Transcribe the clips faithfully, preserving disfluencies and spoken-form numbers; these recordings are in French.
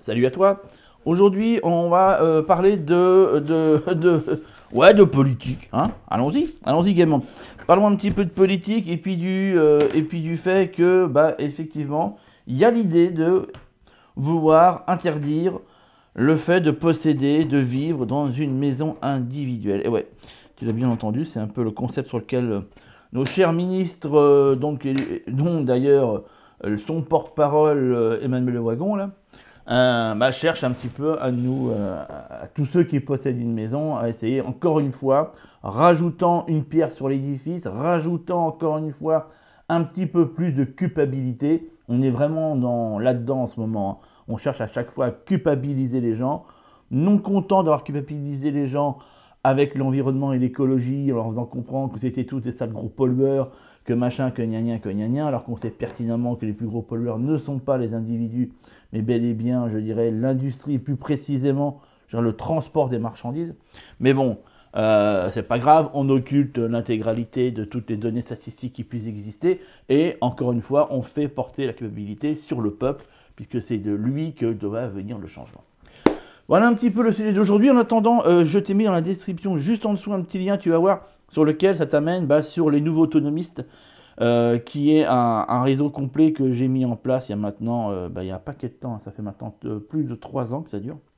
Salut à toi. Aujourd'hui, on va euh, parler de, de, de, ouais, de politique. Hein, allons-y, allons-y gaiement. Parlons un petit peu de politique et puis du, euh, et puis du fait que, bah, effectivement, il y a l'idée de vouloir interdire le fait de posséder, de vivre dans une maison individuelle. Et ouais, tu l'as bien entendu, c'est un peu le concept sur lequel euh, nos chers ministres, euh, donc, et- dont d'ailleurs euh, son porte-parole euh, Emmanuel Le Wagon, là, euh, bah, cherche un petit peu à nous, euh, à tous ceux qui possèdent une maison, à essayer encore une fois, rajoutant une pierre sur l'édifice, rajoutant encore une fois un petit peu plus de culpabilité. On est vraiment dans, là-dedans en ce moment. Hein. On cherche à chaque fois à culpabiliser les gens, non content d'avoir culpabilisé les gens avec l'environnement et l'écologie, en leur faisant comprendre que c'était tous des sales gros pollueurs, que machin, que gna gna, que gna gna, alors qu'on sait pertinemment que les plus gros pollueurs ne sont pas les individus, mais bel et bien, je dirais, l'industrie, plus précisément, genre le transport des marchandises. Mais bon, euh, c'est pas grave, on occulte l'intégralité de toutes les données statistiques qui puissent exister, et encore une fois, on fait porter la culpabilité sur le peuple, puisque c'est de lui que doit venir le changement. Voilà un petit peu le sujet d'aujourd'hui. En attendant, euh, je t'ai mis dans la description, juste en dessous, un petit lien, tu vas voir, sur lequel ça t'amène bah, sur les nouveaux autonomistes, euh, qui est un, un réseau complet que j'ai mis en place il y a maintenant, euh, bah, il y a un paquet de temps, ça fait maintenant euh, plus de trois ans que ça dure.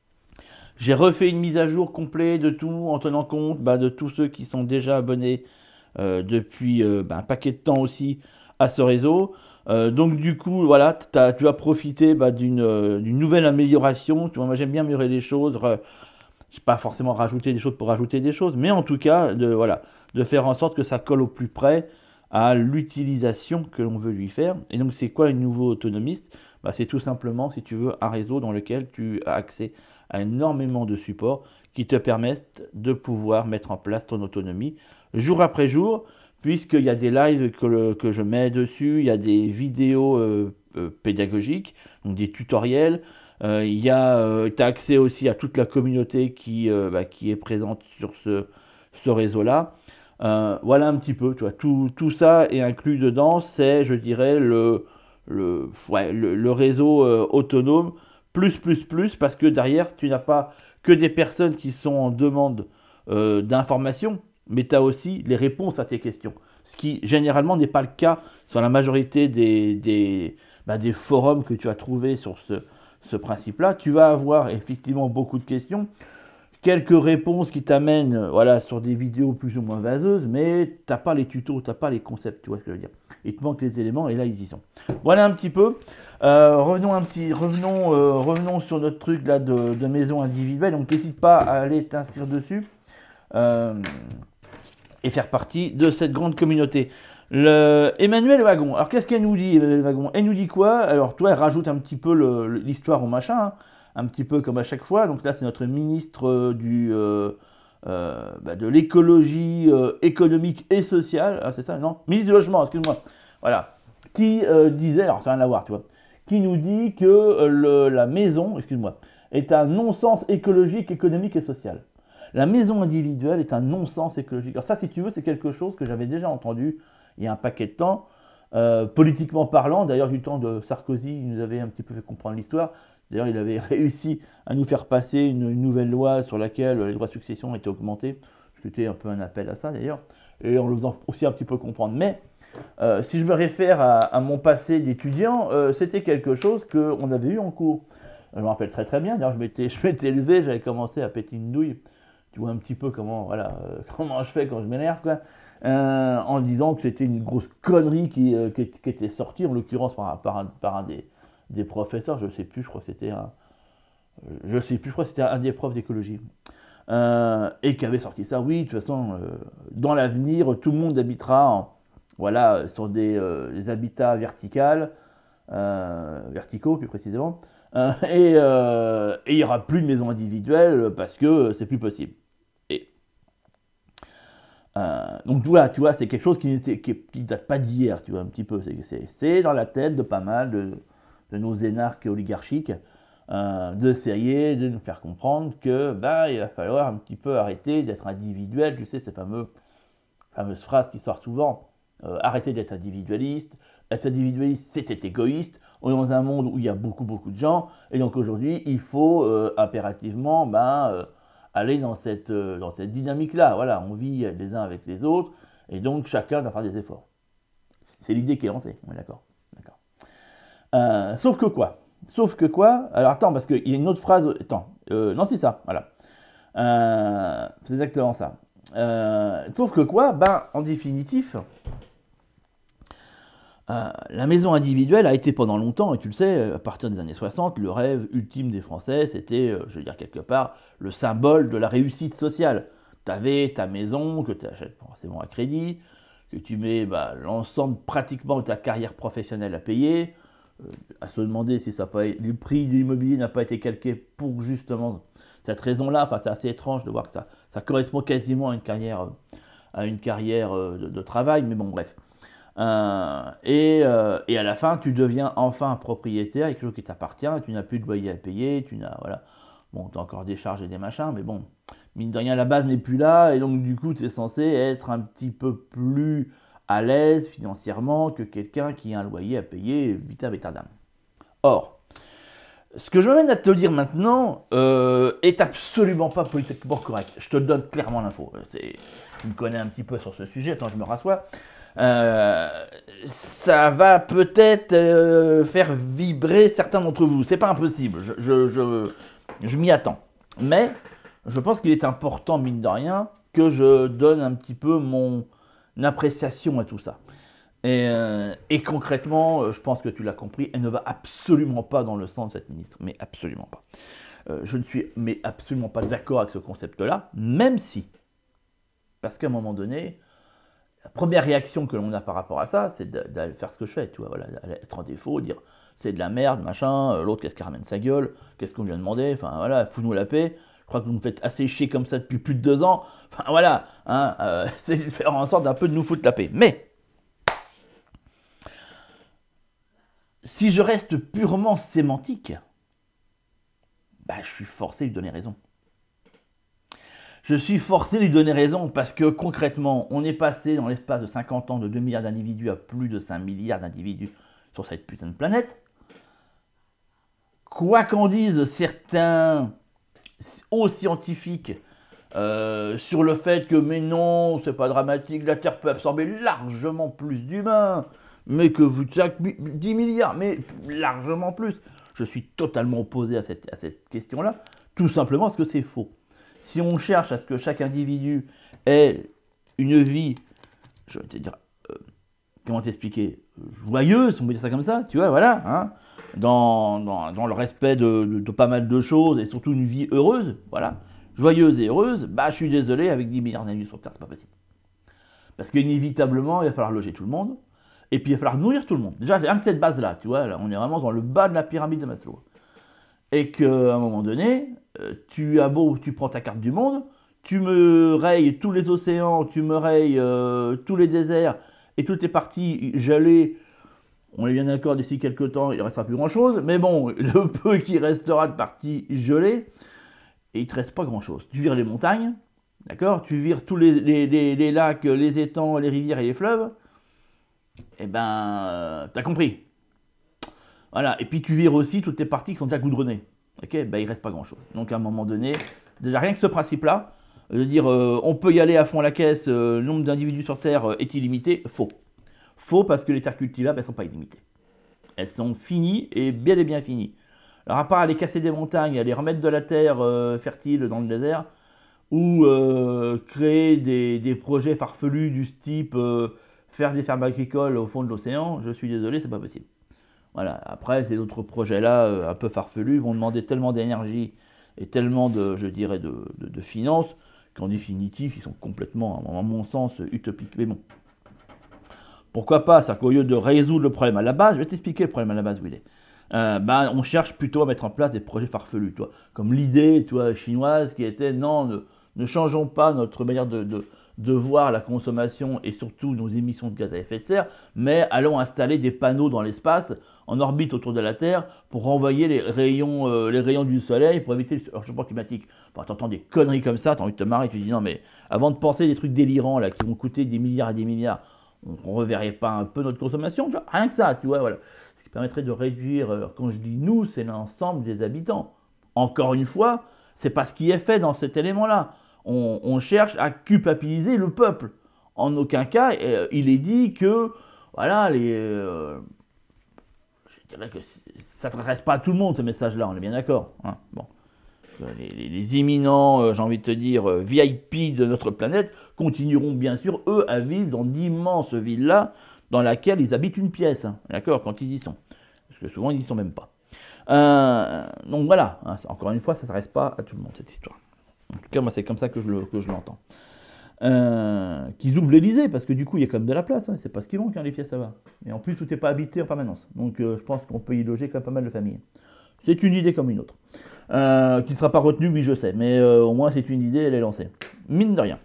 J'ai refait une mise à jour complète de tout, en tenant compte bah, de tous ceux qui sont déjà abonnés euh, depuis euh, bah, un paquet de temps aussi à ce réseau. Euh, donc du coup, voilà, t'as- tu as profité bah, d'une euh, d'une nouvelle amélioration. Tu vois, moi j'aime bien améliorer les choses. Re- je pas forcément rajouter des choses pour rajouter des choses, mais en tout cas, de, voilà, de faire en sorte que ça colle au plus près à l'utilisation que l'on veut lui faire. Et donc c'est quoi un nouveau autonomiste? Bah, c'est tout simplement, si tu veux, un réseau dans lequel tu as accès à énormément de supports qui te permettent de pouvoir mettre en place ton autonomie jour après jour, puisqu'il y a des lives que, le- que je mets dessus, il y a des vidéos euh, euh, pédagogiques, donc des tutoriels, euh, il y a, euh, tu as accès aussi à toute la communauté qui, euh, bah, qui est présente sur ce, ce réseau-là. Euh, voilà un petit peu, tu vois, tout, tout ça est inclus dedans, c'est, je dirais, le, le, ouais, le, le réseau euh, autonome, plus, plus, plus, parce que derrière, tu n'as pas que des personnes qui sont en demande euh, d'informations, mais tu as aussi les réponses à tes questions. Ce qui, généralement, n'est pas le cas sur la majorité des, des, bah, des forums que tu as trouvés sur ce, ce principe-là. Tu vas avoir effectivement beaucoup de questions, quelques réponses qui t'amènent euh, voilà, sur des vidéos plus ou moins vaseuses, mais t'as pas les tutos, t'as pas les concepts, tu vois ce que je veux dire. Il te manque les éléments et là ils y sont. Voilà un petit peu. Euh, revenons un petit, revenons, euh, revenons sur notre truc là de, de maison individuelle. Donc n'hésite pas à aller t'inscrire dessus euh, et faire partie de cette grande communauté. Le Emmanuel Wagon. Alors qu'est-ce qu'elle nous dit, Emmanuel Wagon? Elle nous dit quoi? Alors toi, elle rajoute un petit peu le- le- l'histoire au machin, hein, un petit peu comme à chaque fois. Donc là, c'est notre ministre euh, du euh, euh, bah, de l'écologie euh, économique et sociale. Ah, c'est ça, non? Ministre du logement, excuse-moi. Voilà. Qui euh, disait, alors ça n'a rien à voir, tu vois. Qui nous dit que euh, le- la maison, excuse-moi, est un non-sens écologique, économique et social. La maison individuelle est un non-sens écologique. Alors ça, si tu veux, c'est quelque chose que j'avais déjà entendu il y a un paquet de temps. Euh, politiquement parlant, d'ailleurs du temps de Sarkozy, il nous avait un petit peu fait comprendre l'histoire. D'ailleurs, il avait réussi à nous faire passer une, une nouvelle loi sur laquelle les droits de succession étaient augmentés. C'était un peu un appel à ça d'ailleurs, et en le faisant aussi un petit peu comprendre. Mais euh, si je me réfère à, à mon passé d'étudiant, euh, c'était quelque chose qu'on avait eu en cours. Je me rappelle très très bien, d'ailleurs je m'étais, je m'étais levé, j'avais commencé à péter une douille. Tu vois un petit peu comment, voilà, euh, comment je fais quand je m'énerve, quoi. Euh, en disant que c'était une grosse connerie qui, euh, qui, qui était sortie, en l'occurrence par, par, un, par un des, des professeurs, je sais plus, je crois que c'était un, je sais plus, je crois que c'était un des profs d'écologie, euh, et qui avait sorti ça. Oui, de toute façon, euh, dans l'avenir, tout le monde habitera, en, voilà, sur des, euh, des habitats verticaux, euh, verticaux plus précisément, euh, et euh, et il n'y aura plus de maisons individuelles parce que c'est plus possible. Et euh, donc voilà, tu vois, c'est quelque chose qui n'était, qui, qui date pas d'hier, tu vois, un petit peu. C'est, c'est, c'est dans la tête de pas mal de, de nos énarques oligarchiques euh, d'essayer de nous faire comprendre que bah, il va falloir un petit peu arrêter d'être individuel. Tu sais, ces fameux, fameuses phrases qui sortent souvent. Euh, arrêter d'être individualiste. Être individualiste, c'était égoïste. on est dans un monde où il y a beaucoup, beaucoup de gens, et donc aujourd'hui, il faut euh, impérativement ben, euh, aller dans cette, euh, dans cette dynamique-là. Voilà, on vit les uns avec les autres, et donc chacun doit faire des efforts. C'est l'idée qui est lancée, on est d'accord. d'accord. Euh, sauf que quoi Sauf que quoi Alors attends, parce qu'il y a une autre phrase. Attends, euh, non, c'est ça, voilà. Euh, c'est exactement ça. Euh, sauf que quoi Ben, en définitif, euh, la maison individuelle a été pendant longtemps, et tu le sais, à partir des années soixante, le rêve ultime des Français, c'était, euh, je veux dire quelque part, le symbole de la réussite sociale. Tu avais ta maison que tu achètes forcément à crédit, que tu mets bah, l'ensemble pratiquement de ta carrière professionnelle à payer, euh, à se demander si ça pas, le prix de l'immobilier n'a pas été calqué pour justement cette raison-là. Enfin, c'est assez étrange de voir que ça, ça correspond quasiment à une carrière, à une carrière de, de travail, mais bon, bref. Euh, et, euh, et à la fin, tu deviens enfin propriétaire, quelque chose qui t'appartient, tu n'as plus de loyer à payer, tu n'as, voilà. Bon, tu as encore des charges et des machins, mais bon, mine de rien, la base n'est plus là, et donc du coup, tu es censé être un petit peu plus à l'aise financièrement que quelqu'un qui a un loyer à payer vita aeternam. Or, ce que je m'amène à te dire maintenant euh, est absolument pas politiquement correct. Je te donne clairement l'info. C'est, tu me connais un petit peu sur ce sujet, attends, je me rassois. Euh, ça va peut-être euh, faire vibrer certains d'entre vous. C'est pas impossible, je, je, je, je m'y attends. Mais je pense qu'il est important, mine de rien, que je donne un petit peu mon appréciation à tout ça. Et, euh, et concrètement, je pense que tu l'as compris, elle ne va absolument pas dans le sens de cette ministre, mais absolument pas. Euh, je ne suis mais absolument pas d'accord avec ce concept-là, même si, parce qu'à un moment donné, la première réaction que l'on a par rapport à ça, c'est d'aller faire ce que je fais, tu vois, voilà, être en défaut, dire c'est de la merde, machin, l'autre qu'est-ce qu'il ramène sa gueule, qu'est-ce qu'on lui a demandé, enfin voilà, fous-nous la paix. Je crois que vous nous faites assez chier comme ça depuis plus de deux ans. Enfin voilà, hein, euh, c'est de faire en sorte d'un peu de nous foutre la paix. Mais si je reste purement sémantique, bah, je suis forcé de lui donner raison. Je suis forcé de lui donner raison parce que concrètement, on est passé dans l'espace de cinquante ans de deux milliards d'individus à plus de cinq milliards d'individus sur cette putain de planète. Quoi qu'en disent certains hauts scientifiques euh, sur le fait que mais non, c'est pas dramatique, la Terre peut absorber largement plus d'humains, mais que vous dix milliards, mais largement plus. Je suis totalement opposé à cette, à cette question-là, tout simplement parce que c'est faux. Si on cherche à ce que chaque individu ait une vie, je vais te dire, euh, comment t'expliquer, joyeuse, on peut dire ça comme ça, tu vois, voilà, hein, dans, dans, dans le respect de, de, de pas mal de choses et surtout une vie heureuse, voilà, joyeuse et heureuse, bah je suis désolé, avec dix milliards d'individus sur Terre, c'est pas possible. Parce qu'inévitablement, il va falloir loger tout le monde, et puis il va falloir nourrir tout le monde. Déjà, rien que cette base-là, tu vois, là, on est vraiment dans le bas de la pyramide de Maslow. Et qu'à un moment donné, tu as beau, tu prends ta carte du monde, tu me rayes tous les océans, tu me rayes euh, tous les déserts, et toutes les parties gelées, on est bien d'accord, d'ici quelques temps, il ne restera plus grand-chose, mais bon, le peu qui restera de parties gelées, et il ne te reste pas grand-chose. Tu vires les montagnes, d'accord, tu vires tous les, les, les, les lacs, les étangs, les rivières et les fleuves, et ben, euh, t'as compris. Voilà, et puis tu vires aussi toutes les parties qui sont déjà goudronnées. Ok, ben il reste pas grand chose. Donc à un moment donné, déjà rien que ce principe-là, de dire euh, on peut y aller à fond la caisse, euh, le nombre d'individus sur Terre euh, est illimité, faux. Faux parce que les terres cultivables, elles sont pas illimitées. Elles sont finies et bien et bien finies. Alors à part aller casser des montagnes, aller remettre de la terre euh, fertile dans le désert, ou euh, créer des, des projets farfelus du type euh, faire des fermes agricoles au fond de l'océan, je suis désolé, c'est pas possible. Voilà. Après, ces autres projets-là, euh, un peu farfelus, vont demander tellement d'énergie et tellement de, je dirais, de, de, de finances, qu'en définitive, ils sont complètement, à mon sens, utopiques. Mais bon, pourquoi pas? C'est-à-dire qu'au lieu de résoudre le problème à la base, je vais t'expliquer le problème à la base où il est. Euh, ben, on cherche plutôt à mettre en place des projets farfelus, toi, comme l'idée toi, chinoise qui était non, ne, ne changeons pas notre manière de, de, de voir la consommation et surtout nos émissions de gaz à effet de serre, mais allons installer des panneaux dans l'espace en orbite autour de la Terre pour renvoyer les rayons, euh, les rayons du soleil pour éviter le changement climatique. Enfin, t'entends des conneries comme ça, t'as envie de te marrer, tu te dis non mais avant de penser des trucs délirants là qui vont coûter des milliards et des milliards, on ne reverrait pas un peu notre consommation, tu vois, rien que ça, tu vois, voilà. permettrait de réduire, euh, quand je dis nous, c'est l'ensemble des habitants. Encore une fois, c'est pas ce qui est fait dans cet élément-là. On, on cherche à culpabiliser le peuple. En aucun cas, euh, il est dit que, voilà, les... Euh, je dirais que ça ne s'adresse pas à tout le monde, ces messages-là, on est bien d'accord. Hein, bon. Les, les, les imminents, euh, j'ai envie de te dire, euh, V I P de notre planète continueront bien sûr, eux, à vivre dans d'immenses villas dans lesquelles ils habitent une pièce, hein, d'accord, quand ils y sont. Parce que souvent, ils n'y sont même pas. Euh, donc voilà, hein, encore une fois, ça ne s'adresse pas à tout le monde, cette histoire. En tout cas, moi, c'est comme ça que je, le, que je l'entends. Euh, qu'ils ouvrent l'Elysée, parce que du coup, il y a quand même de la place, hein, c'est pas ce qui manque, hein, les pièces, ça va. Et en plus, tout n'est pas habité en permanence. Donc, euh, je pense qu'on peut y loger quand même pas mal de familles. C'est une idée comme une autre. Euh, qui ne sera pas retenue, oui je sais, mais euh, au moins c'est une idée, elle est lancée. Mine de rien.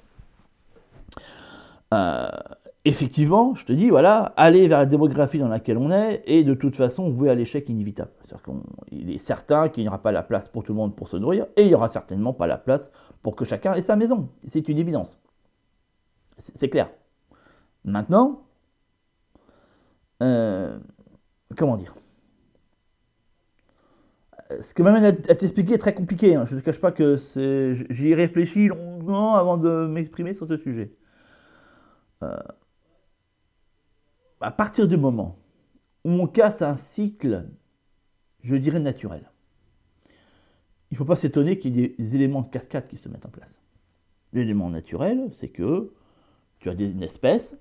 Euh, effectivement, je te dis, voilà, aller vers la démographie dans laquelle on est, et de toute façon voué à l'échec inévitable. C'est-à-dire qu'il est certain qu'il n'y aura pas la place pour tout le monde pour se nourrir, et il n'y aura certainement pas la place pour que chacun ait sa maison. C'est une évidence. C'est, c'est clair. Maintenant, euh, comment dire ? Ce que m'amène à t'expliquer est très compliqué. Hein. Je ne te cache pas que c'est... j'y ai réfléchi longuement avant de m'exprimer sur ce sujet. Euh... À partir du moment où on casse un cycle, je dirais naturel, il ne faut pas s'étonner qu'il y ait des éléments de cascade qui se mettent en place. L'élément naturel, c'est que tu as une espèce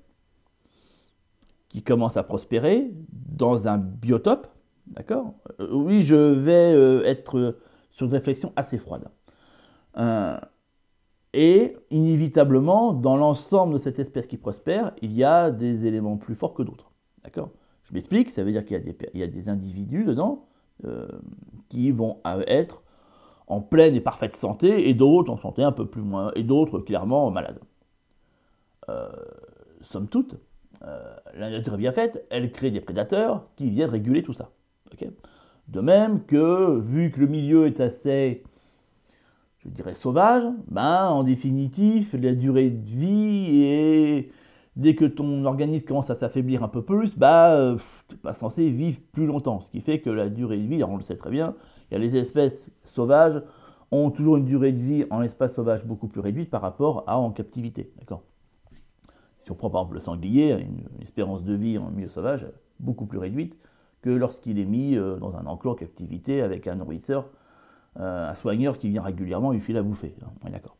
qui commence à prospérer dans un biotope. D'accord ? euh, Oui, je vais euh, être euh, sur une réflexion assez froide. Euh, et inévitablement, dans l'ensemble de cette espèce qui prospère, il y a des éléments plus forts que d'autres. D'accord ? Je m'explique, ça veut dire qu'il y a des, il y a des individus dedans euh, qui vont être en pleine et parfaite santé, et d'autres en santé un peu plus moins, et d'autres clairement malades. Euh, somme toute, euh, la nature est bien faite, elle crée des prédateurs qui viennent réguler tout ça. Okay. De même que, vu que le milieu est assez, je dirais, sauvage, ben, en définitive, la durée de vie, et dès que ton organisme commence à s'affaiblir un peu plus, bah, tu n'es pas censé vivre plus longtemps. Ce qui fait que la durée de vie, on le sait très bien, il y a les espèces sauvages ont toujours une durée de vie en espace sauvage beaucoup plus réduite par rapport à en captivité. D'accord ? Si on prend par exemple le sanglier, une, une espérance de vie en milieu sauvage beaucoup plus réduite que lorsqu'il est mis euh, dans un enclos en captivité avec un nourrisseur, euh, un soigneur qui vient régulièrement lui filer à bouffer. On est d'accord.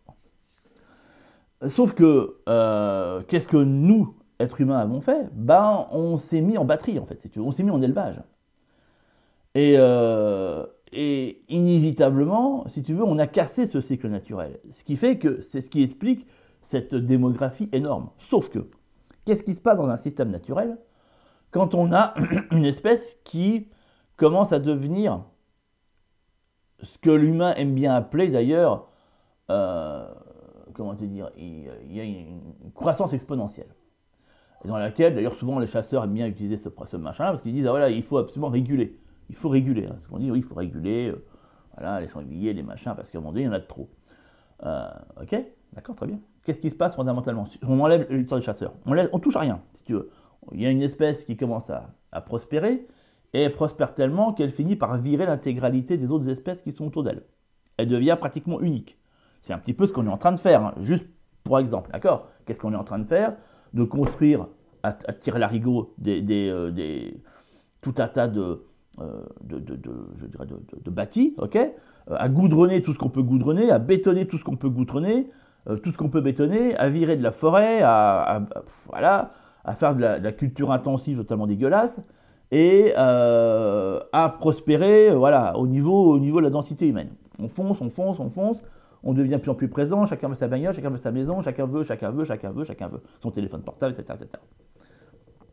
Sauf que, euh, qu'est-ce que nous, êtres humains, avons fait ? Ben, on s'est mis en batterie, en fait, si tu veux. On s'est mis en élevage. Et, euh, et inévitablement, si tu veux, on a cassé ce cycle naturel. Ce qui fait que c'est ce qui explique cette démographie énorme. Sauf que, qu'est-ce qui se passe dans un système naturel ? Quand on a une espèce qui commence à devenir ce que l'humain aime bien appeler d'ailleurs, euh, comment te dire, il, il y a une croissance exponentielle. Et dans laquelle d'ailleurs souvent les chasseurs aiment bien utiliser ce, ce machin-là parce qu'ils disent ah voilà, il faut absolument réguler. Il faut réguler. Hein. Ce qu'on dit, oui, il faut réguler, euh, voilà, les sangliers, les machins, parce qu'à un moment donné, il y en a de trop. Euh, ok, d'accord, très bien. Qu'est-ce qui se passe fondamentalement ? On enlève l'histoire des chasseurs. On, laisse, on touche à rien, si tu veux. Il y a une espèce qui commence à, à prospérer, et elle prospère tellement qu'elle finit par virer l'intégralité des autres espèces qui sont autour d'elle. Elle devient pratiquement unique. C'est un petit peu ce qu'on est en train de faire, hein, juste pour exemple, d'accord ? Qu'est-ce qu'on est en train de faire ? De construire, à, à tirer l'arigot, des, des, euh, des, tout un tas de, euh, de, de, de, je dirais de, de, de bâtis, ok ? euh, à goudronner tout ce qu'on peut goudronner, à bétonner tout ce qu'on peut goudronner, euh, tout ce qu'on peut bétonner, à virer de la forêt, à, à, à voilà... à faire de la, de la culture intensive totalement dégueulasse, et euh, à prospérer voilà, au, niveau, au niveau de la densité humaine. On fonce, on fonce, on fonce, on devient de plus en plus présent, chacun veut sa bagnole, chacun veut sa maison, chacun veut, chacun veut, chacun veut, chacun veut son téléphone portable, et cetera et cetera. D'accord ?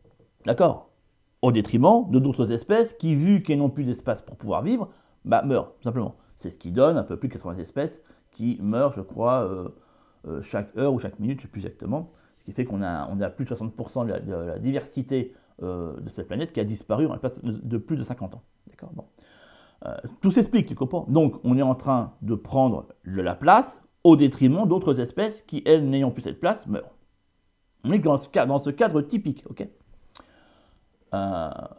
Au détriment de d'autres espèces qui, vu qu'elles n'ont plus d'espace pour pouvoir vivre, bah, meurent, tout simplement. C'est ce qui donne un peu plus de quatre-vingts espèces qui meurent, je crois, euh, euh, chaque heure ou chaque minute, je ne sais plus exactement. Ce qui fait qu'on a, on a plus de soixante pour cent de la, de la diversité euh, de cette planète qui a disparu en l'espace de, de plus de cinquante ans. D'accord ? Bon. Euh, tout s'explique, tu comprends ? Donc, on est en train de prendre de la place au détriment d'autres espèces qui, elles, n'ayant plus cette place, meurent. On est dans ce, dans ce cadre typique, ok ? euh,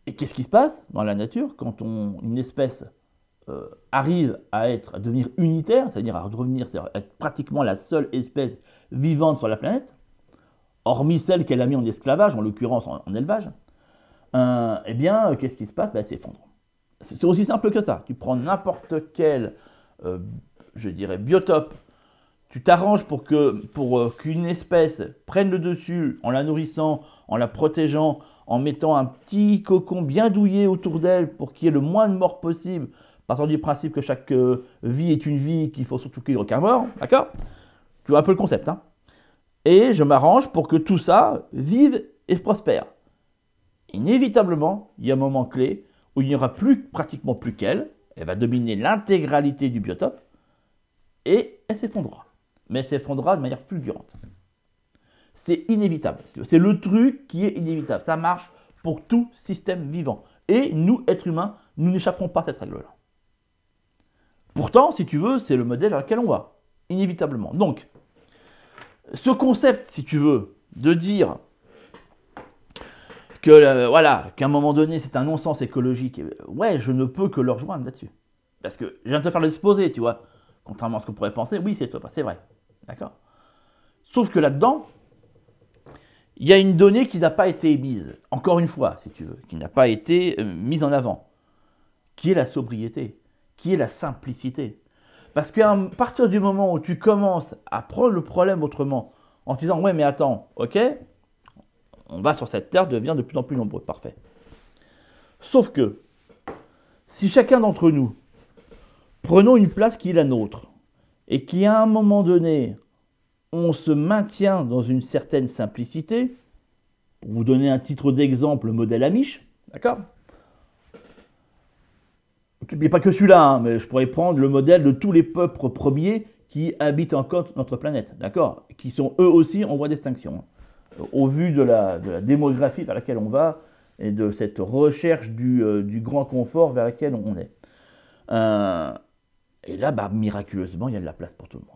Et qu'est-ce qui se passe dans la nature quand on, une espèce euh, arrive à, être, à devenir unitaire, c'est-à-dire à redevenir, c'est-à-dire être pratiquement la seule espèce vivante sur la planète, hormis celle qu'elle a mis en esclavage, en l'occurrence en, en élevage, euh, eh bien, euh, qu'est-ce qui se passe? Ben, elle s'effondre. C'est, c'est aussi simple que ça. Tu prends n'importe quel, euh, je dirais, biotope, tu t'arranges pour, que, pour euh, qu'une espèce prenne le dessus en la nourrissant, en la protégeant, en mettant un petit cocon bien douillet autour d'elle pour qu'il y ait le moins de morts possible, partant du principe que chaque euh, vie est une vie, qu'il faut surtout qu'il n'y ait aucun mort, d'accord? Tu vois un peu le concept, hein? Et je m'arrange pour que tout ça vive et prospère. Inévitablement, il y a un moment clé où il n'y aura plus, pratiquement plus qu'elle, elle va dominer l'intégralité du biotope, et elle s'effondrera. Mais elle s'effondrera de manière fulgurante. C'est inévitable. C'est le truc qui est inévitable. Ça marche pour tout système vivant. Et nous, êtres humains, nous n'échapperons pas à cette règle-là. Pourtant, si tu veux, c'est le modèle vers lequel on va. Inévitablement. Donc, ce concept, si tu veux, de dire que, euh, voilà, qu'à un moment donné, c'est un non-sens écologique, ouais, je ne peux que le rejoindre là-dessus. Parce que je viens de te faire l'exposé, tu vois. Contrairement à ce qu'on pourrait penser, oui, c'est toi, c'est vrai. D'accord? Sauf que là-dedans, il y a une donnée qui n'a pas été émise, encore une fois, si tu veux, qui n'a pas été euh, mise en avant, qui est la sobriété, qui est la simplicité. Parce qu'à partir du moment où tu commences à prendre le problème autrement, en te disant, ouais, mais attends, ok, on va sur cette terre devenir de plus en plus nombreux, parfait. Sauf que, si chacun d'entre nous, prenons une place qui est la nôtre, et qui à un moment donné, on se maintient dans une certaine simplicité. Pour vous donner un titre d'exemple, le modèle Amish, d'accord? Il n'y a pas que celui-là, hein, mais je pourrais prendre le modèle de tous les peuples premiers qui habitent encore notre planète, d'accord? Qui sont eux aussi en voie d'extinction. Au vu de la, de la démographie vers laquelle on va et de cette recherche du, euh, du grand confort vers laquelle on est. Euh, et là, bah, miraculeusement, il y a de la place pour tout le monde.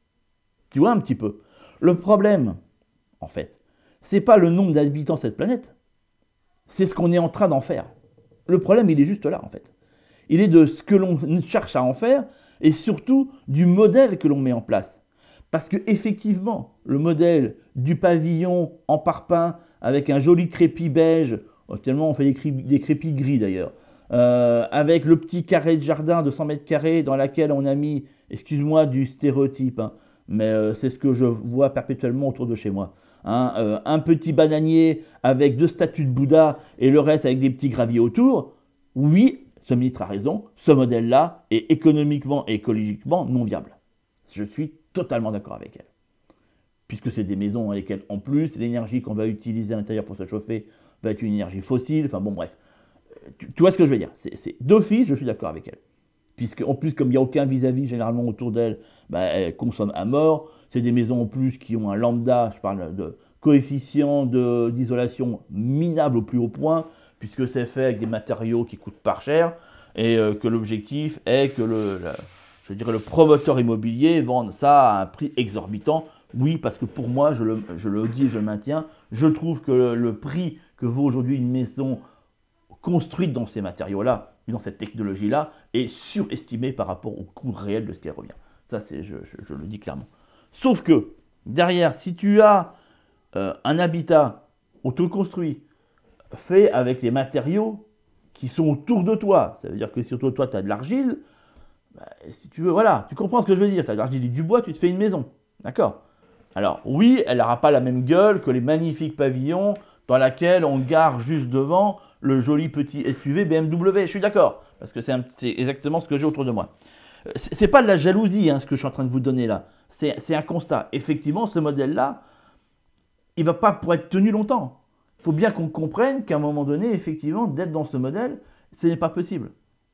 Tu vois un petit peu. Le problème, en fait, c'est pas le nombre d'habitants de cette planète. C'est ce qu'on est en train d'en faire. Le problème, il est juste là, en fait. Il est de ce que l'on cherche à en faire et surtout du modèle que l'on met en place. Parce que effectivement, le modèle du pavillon en parpaing avec un joli crépi beige, actuellement on fait des, cré- des crépis gris d'ailleurs, euh, avec le petit carré de jardin de cent mètres carrés dans lequel on a mis, excuse-moi du stéréotype, hein, mais euh, c'est ce que je vois perpétuellement autour de chez moi. Hein, euh, un petit bananier avec deux statues de Bouddha et le reste avec des petits graviers autour. Oui, ce ministre a raison, ce modèle-là est économiquement et écologiquement non viable. Je suis totalement d'accord avec elle. Puisque c'est des maisons dans lesquelles, en plus, l'énergie qu'on va utiliser à l'intérieur pour se chauffer va être une énergie fossile. Enfin bon, bref. Tu, tu vois ce que je veux dire? C'est, c'est d'office, je suis d'accord avec elle. Puisque, en plus, comme il n'y a aucun vis-à-vis généralement autour d'elle, bah, elle consomme à mort. C'est des maisons en plus qui ont un lambda, je parle de coefficient de, d'isolation minable au plus haut point, puisque c'est fait avec des matériaux qui coûtent pas cher, et euh, que l'objectif est que le, le, je dirais le promoteur immobilier vende ça à un prix exorbitant. Oui, parce que pour moi, je le, je le dis et je le maintiens, je trouve que le, le prix que vaut aujourd'hui une maison construite dans ces matériaux-là, dans cette technologie-là, est surestimé par rapport au coût réel de ce qu'elle revient. Ça, c'est, je, je, je le dis clairement. Sauf que, derrière, si tu as euh, un habitat autoconstruit, fait avec les matériaux qui sont autour de toi, ça veut dire que si autour de toi, tu as de l'argile, bah, si tu veux, voilà, tu comprends ce que je veux dire, tu as de l'argile et du bois, tu te fais une maison, d'accord? Alors, oui, elle n'aura pas la même gueule que les magnifiques pavillons dans lesquels on gare juste devant le joli petit S U V B M W, je suis d'accord, parce que c'est, un, c'est exactement ce que j'ai autour de moi. C'est, c'est pas de la jalousie, hein, ce que je suis en train de vous donner là, c'est, c'est un constat. Effectivement, ce modèle-là, il ne va pas pour être tenu longtemps. Il faut bien qu'on comprenne qu'à un moment donné, effectivement, d'être dans ce modèle, ce n'est pas possible.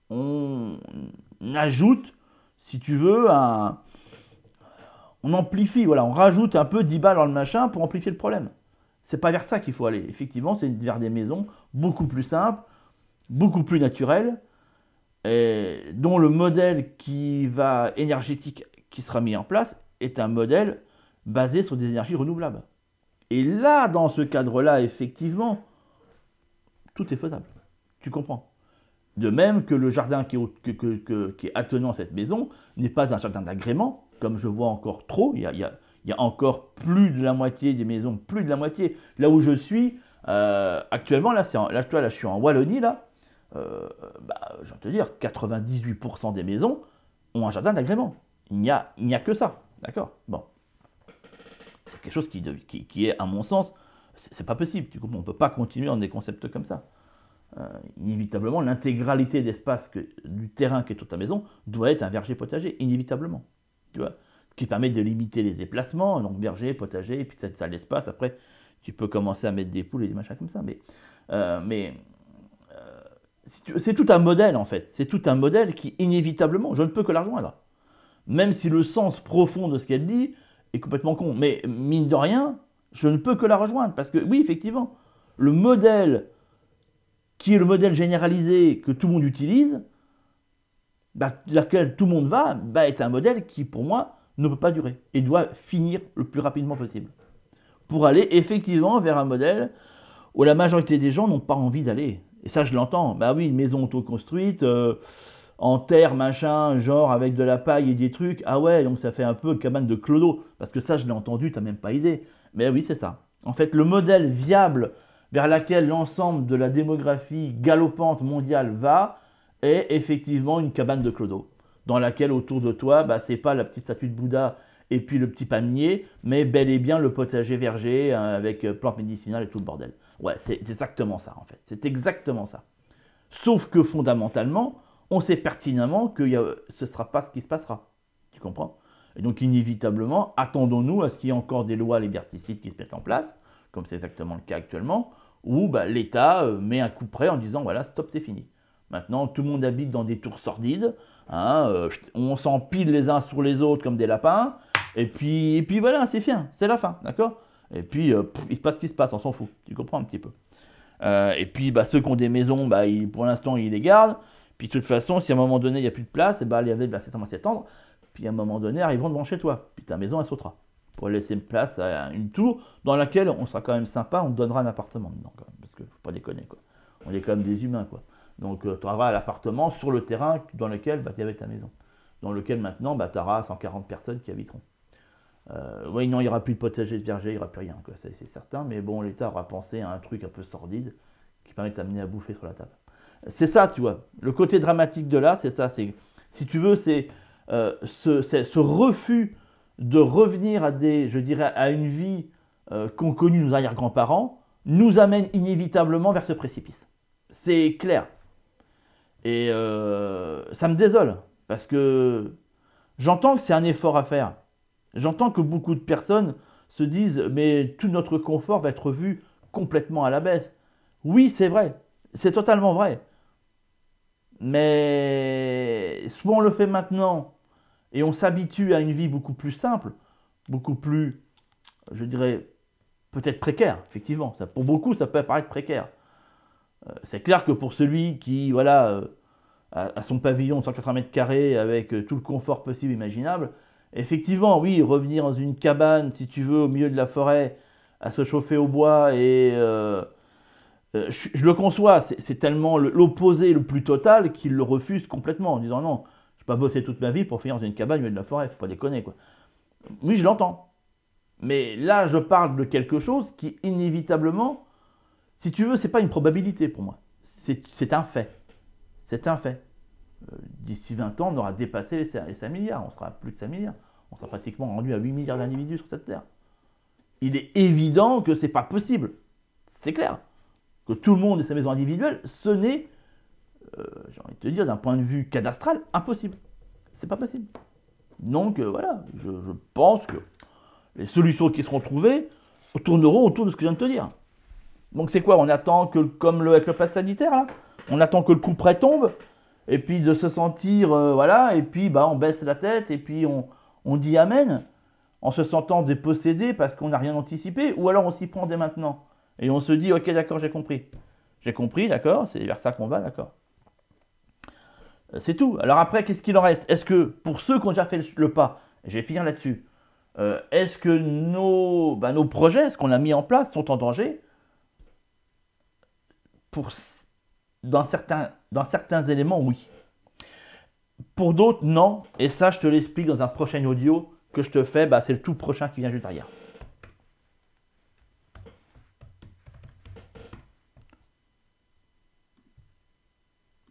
On ajoute, si tu veux, un... on amplifie, voilà, on rajoute un peu dix balles dans le machin pour amplifier le problème. C'est pas vers ça qu'il faut aller. Effectivement, c'est vers des maisons beaucoup plus simples, beaucoup plus naturelles, et dont le modèle qui va énergétique qui sera mis en place est un modèle basé sur des énergies renouvelables. Et là, dans ce cadre-là, effectivement, tout est faisable. Tu comprends? De même que le jardin qui est, au- que- que- que- qui est attenant à cette maison n'est pas un jardin d'agrément, comme je vois encore trop. Il y a, il y a- il y a encore plus de la moitié des maisons, plus de la moitié. Là où je suis, euh, actuellement, là, c'est en- là, toi, là, je suis en Wallonie, là, euh, bah, je vais te dire, quatre-vingt-dix-huit pour cent des maisons ont un jardin d'agrément. Il n'y a, il n'y a que ça, d'accord? Bon, c'est quelque chose qui, de- qui, qui est, à mon sens, c'est c'est pas possible. Tu comprends? On ne peut pas continuer dans des concepts comme ça. Euh, inévitablement, l'intégralité d'espace que, du terrain qui est toute ta maison doit être un verger potager, inévitablement. Tu vois, ce qui permet de limiter les déplacements, donc verger, potager, et puis cette salle d'espace. Après, tu peux commencer à mettre des poules et des machins comme ça. Mais, euh, mais euh, si tu- c'est tout un modèle en fait. C'est tout un modèle qui, inévitablement, je ne peux que la rejoindre. Même si le sens profond de ce qu'elle dit est complètement con. Mais mine de rien, je ne peux que la rejoindre. Parce que oui, effectivement, le modèle qui est le modèle généralisé que tout le monde utilise, bah, laquelle tout le monde va, bah, est un modèle qui, pour moi, ne peut pas durer et doit finir le plus rapidement possible. Pour aller effectivement vers un modèle où la majorité des gens n'ont pas envie d'aller. Et ça, je l'entends. Bah oui, une maison auto-construite, euh, en terre, machin, genre avec de la paille et des trucs. Ah ouais, donc ça fait un peu cabane de clodo. Parce que ça, je l'ai entendu, t'as même pas idée. Mais oui, c'est ça. En fait, le modèle viable vers lequel l'ensemble de la démographie galopante mondiale va est effectivement une cabane de clodo. Dans laquelle autour de toi, bah, c'est pas la petite statue de Bouddha et puis le petit palmier, mais bel et bien le potager verger hein, avec euh, plantes médicinales et tout le bordel. Ouais, c'est exactement ça en fait. C'est exactement ça. Sauf que fondamentalement, on sait pertinemment que y a, ce ne sera pas ce qui se passera. Tu comprends? Et donc inévitablement, attendons-nous à ce qu'il y ait encore des lois liberticides qui se mettent en place, comme c'est exactement le cas actuellement, où bah, l'État euh, met un coup près en disant voilà, stop, c'est fini. Maintenant, tout le monde habite dans des tours sordides, hein, euh, on s'empile les uns sur les autres comme des lapins, et puis, et puis voilà, c'est fin, c'est la fin, d'accord? Et puis, euh, pff, il se passe ce qui se passe, on s'en fout, tu comprends un petit peu. Euh, et puis, bah, ceux qui ont des maisons, bah, ils, pour l'instant, ils les gardent. Puis, de toute façon, si à un moment donné, il n'y a plus de place, et bah, les va s'étendre, s'étendre. Puis, à un moment donné, ils vont devant chez toi. Puis, ta maison, elle sautera. Pour laisser une place à une tour dans laquelle on sera quand même sympa, on te donnera un appartement dedans, quand même. Parce qu'il ne faut pas déconner, quoi. On est quand même des humains, quoi. Donc, euh, tu auras l'appartement sur le terrain dans lequel bah, tu avais ta maison. Dans lequel, maintenant, bah, tu auras cent quarante personnes qui habiteront. Euh, oui, non, il n'y aura plus de potager de verger, il n'y aura plus rien, quoi, c'est, c'est certain, mais bon, l'État aura pensé à un truc un peu sordide qui permet de t'amener à bouffer sur la table. C'est ça, tu vois, le côté dramatique de là, c'est ça, c'est, si tu veux, c'est, euh, ce, c'est ce refus de revenir à des, je dirais, à une vie euh, qu'ont connue nos arrière-grands-parents, nous amène inévitablement vers ce précipice. C'est clair. Et euh, ça me désole, parce que j'entends que c'est un effort à faire. J'entends que beaucoup de personnes se disent mais tout notre confort va être vu complètement à la baisse. Oui, c'est vrai, c'est totalement vrai. Mais soit on le fait maintenant et on s'habitue à une vie beaucoup plus simple, beaucoup plus, je dirais, peut-être précaire, effectivement. Ça, pour beaucoup, ça peut apparaître précaire. Euh, c'est clair que pour celui qui, voilà, euh, a, a son pavillon de cent quatre-vingts mètres carrés avec euh, tout le confort possible imaginable, effectivement, oui, revenir dans une cabane, si tu veux, au milieu de la forêt, à se chauffer au bois, et euh, euh, je, je le conçois, c'est, c'est tellement le- l'opposé le plus total qu'il le refuse complètement, en disant non, je ne vais pas bosser toute ma vie pour finir dans une cabane au milieu de la forêt, faut pas déconner, quoi. Oui, je l'entends. Mais là, je parle de quelque chose qui, inévitablement, si tu veux, c'est pas une probabilité pour moi. C'est, c'est un fait. C'est un fait. Euh, D'ici vingt ans, on aura dépassé les cinq milliards, on sera à plus de cinq milliards. On sera pratiquement rendu à huit milliards d'individus sur cette Terre. Il est évident que c'est pas possible. C'est clair. Que tout le monde ait sa maison individuelle, ce n'est, euh, j'ai envie de te dire, d'un point de vue cadastral, impossible. C'est pas possible. Donc euh, voilà, je, je pense que les solutions qui seront trouvées tourneront autour de ce que je viens de te dire. Donc c'est quoi? On attend que, comme le, avec le pass sanitaire, là, on attend que le coup près tombe, et puis de se sentir, euh, voilà, et puis bah, on baisse la tête, et puis on, on dit Amen, en se sentant dépossédé parce qu'on n'a rien anticipé, ou alors on s'y prend dès maintenant, et on se dit, ok, d'accord, j'ai compris. J'ai compris, d'accord, c'est vers ça qu'on va, d'accord. Euh, C'est tout. Alors après, qu'est-ce qu'il en reste? Est-ce que, pour ceux qui ont déjà fait le, le pas, je vais finir là-dessus, euh, est-ce que nos, bah, nos projets, ce qu'on a mis en place, sont en danger pour dans certains, dans certains éléments, oui. Pour d'autres, non. Et ça, je te l'explique dans un prochain audio que je te fais. Bah, c'est le tout prochain qui vient juste derrière.